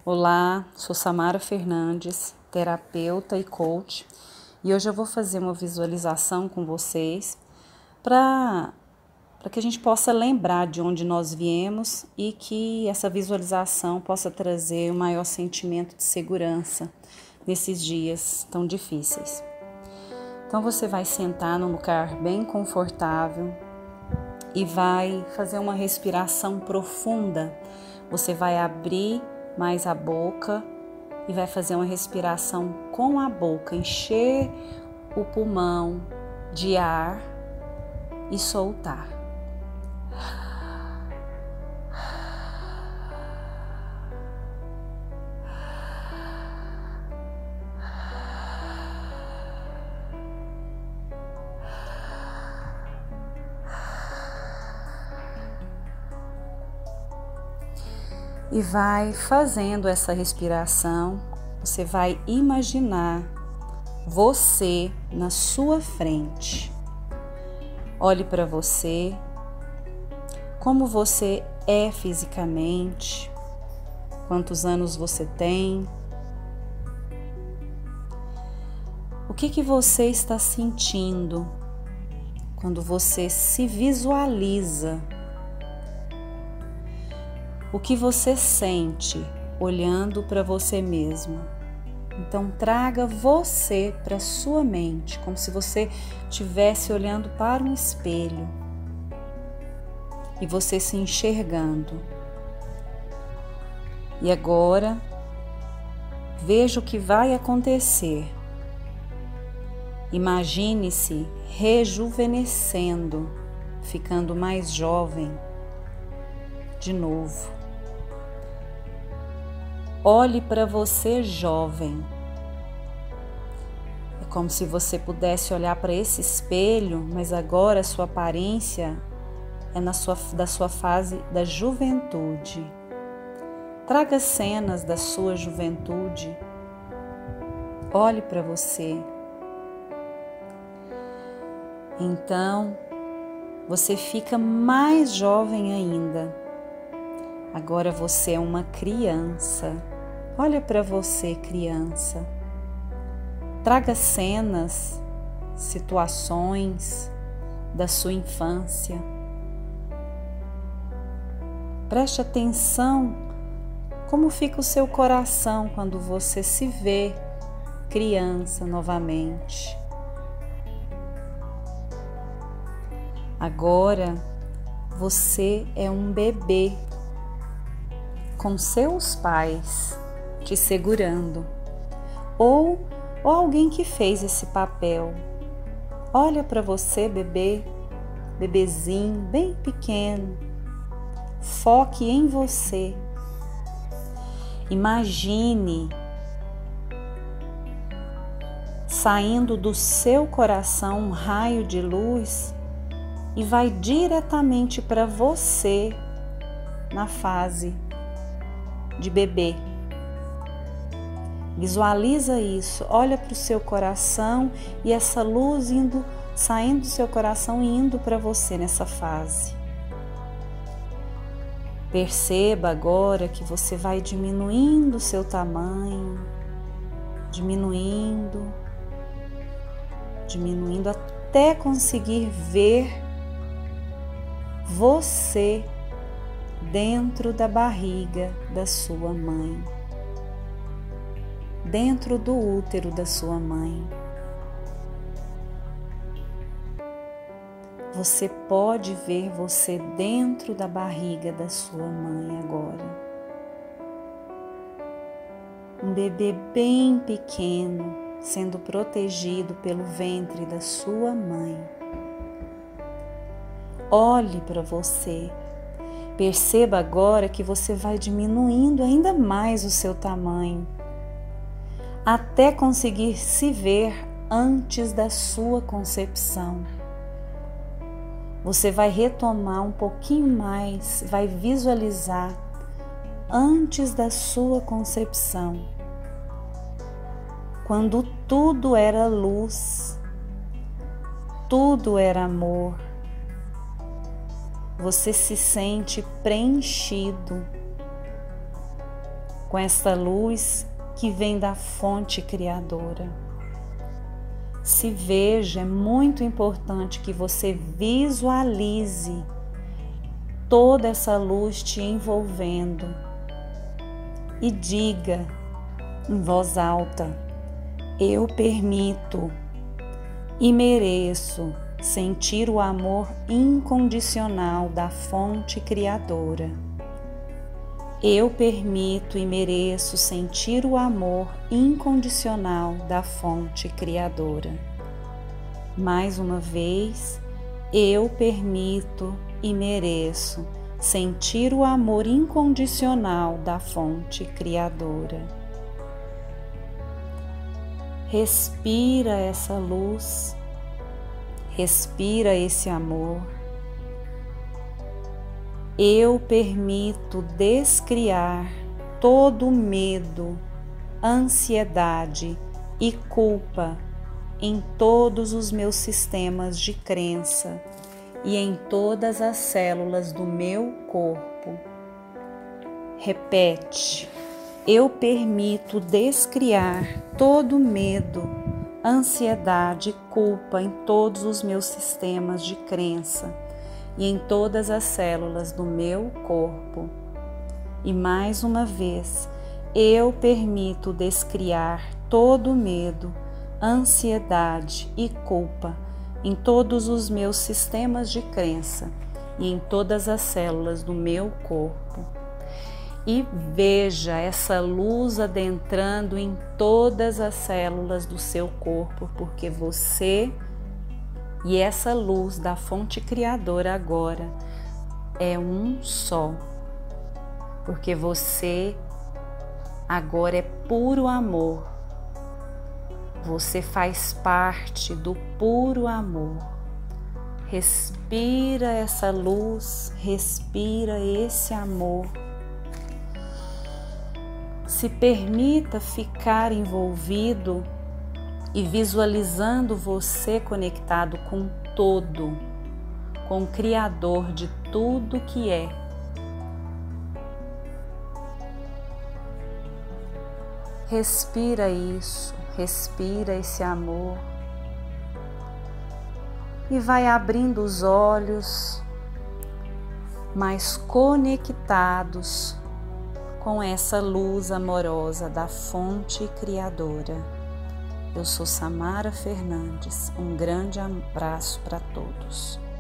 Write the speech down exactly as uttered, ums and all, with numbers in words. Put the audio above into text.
Olá, sou Samara Fernandes, terapeuta e coach, e hoje eu vou fazer uma visualização com vocês para para que a gente possa lembrar de onde nós viemos e que essa visualização possa trazer um maior sentimento de segurança nesses dias tão difíceis. Então você vai sentar num lugar bem confortável e vai fazer uma respiração profunda. Você vai abrir mais a boca e vai fazer uma respiração com a boca, encher o pulmão de ar e soltar. E vai fazendo essa respiração, você vai imaginar você na sua frente. Olhe para você, como você é fisicamente, quantos anos você tem, o que que você está sentindo quando você se visualiza. O que você sente olhando para você mesmo. Então traga você para sua mente, como se você estivesse olhando para um espelho e você se enxergando. E agora veja o que vai acontecer. Imagine-se rejuvenescendo, ficando mais jovem de novo. Olhe para você jovem. É como se você pudesse olhar para esse espelho, mas agora a sua aparência é na sua, da sua fase da juventude. Traga cenas da sua juventude. Olhe para você. Então, você fica mais jovem ainda. Agora você é uma criança. Olha para você, criança. Traga cenas, situações da sua infância. Preste atenção como fica o seu coração quando você se vê criança novamente. Agora você é um bebê com seus pais te segurando, ou, ou alguém que fez esse papel. Olha para você, bebê, bebezinho, bem pequeno. Foque em você. Imagine saindo do seu coração um raio de luz e vai diretamente para você na fase de bebê. Visualiza isso, olha para o seu coração e essa luz indo, saindo do seu coração e indo para você nessa fase. Perceba agora que você vai diminuindo o seu tamanho, diminuindo, diminuindo até conseguir ver você dentro da barriga da sua mãe, dentro do útero da sua mãe. Você pode ver você dentro da barriga da sua mãe agora. Um bebê bem pequeno, sendo protegido pelo ventre da sua mãe. Olhe para você. Perceba agora que você vai diminuindo ainda mais o seu tamanho, até conseguir se ver antes da sua concepção. Você vai retomar um pouquinho mais, vai visualizar antes da sua concepção, quando tudo era luz, tudo era amor. Você se sente preenchido com esta luz que vem da fonte criadora. Se veja, é muito importante que você visualize toda essa luz te envolvendo e diga em voz alta: eu permito e mereço sentir o amor incondicional da fonte criadora. Eu permito e mereço sentir o amor incondicional da fonte criadora. Mais uma vez, eu permito e mereço sentir o amor incondicional da fonte criadora. Respira essa luz, respira esse amor. Eu permito descriar todo medo, ansiedade e culpa em todos os meus sistemas de crença e em todas as células do meu corpo. Repete: eu permito descriar todo medo, ansiedade e culpa em todos os meus sistemas de crença e em todas as células do meu corpo. E mais uma vez, eu permito descriar todo medo, ansiedade e culpa em todos os meus sistemas de crença e em todas as células do meu corpo. E veja essa luz adentrando em todas as células do seu corpo, porque você e essa luz da fonte criadora agora é um só, porque você agora é puro amor, você faz parte do puro amor. Respira essa luz, respira esse amor. Se permita ficar envolvido e visualizando você conectado com todo, com o Criador de tudo que é. Respira isso, respira esse amor e vai abrindo os olhos, mais conectados com essa luz amorosa da fonte criadora. Eu sou Samara Fernandes. Um grande abraço para todos.